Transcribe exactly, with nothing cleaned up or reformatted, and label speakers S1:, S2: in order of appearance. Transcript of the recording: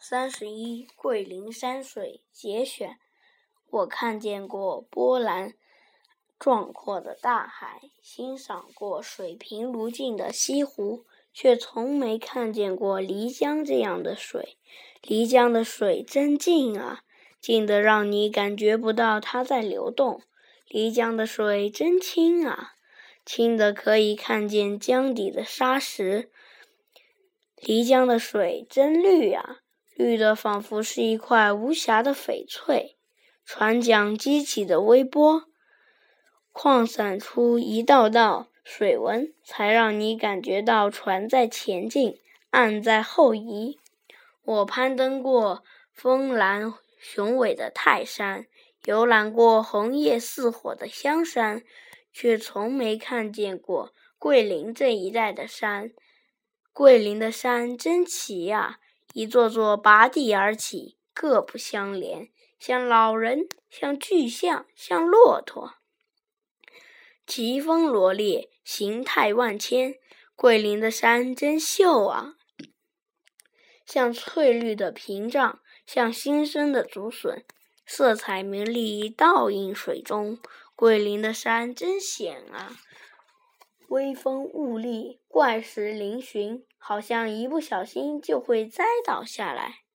S1: 三十一，桂林山水节选。我看见过波澜壮阔的大海，欣赏过水平如镜的西湖，却从没看见过漓江这样的水。漓江的水真静啊，静得让你感觉不到它在流动。漓江的水真清啊，清得可以看见江底的沙石。漓江的水真绿啊，绿得仿佛是一块无瑕的翡翠。船桨激起的微波，扩散出一道道水纹，才让你感觉到船在前进，岸在后移。我攀登过峰峦雄伟的泰山，游览过红叶似火的香山，却从没看见过桂林这一带的山。桂林的山真奇呀，一座座拔地而起，各不相连，像老人，像巨象，像骆驼，奇峰罗列，形态万千。桂林的山真秀啊，像翠绿的屏障，像新生的竹笋，色彩明丽，倒映水中。桂林的山真险啊，微风兀立，怪石嶙峋，好像一不小心就会栽倒下来。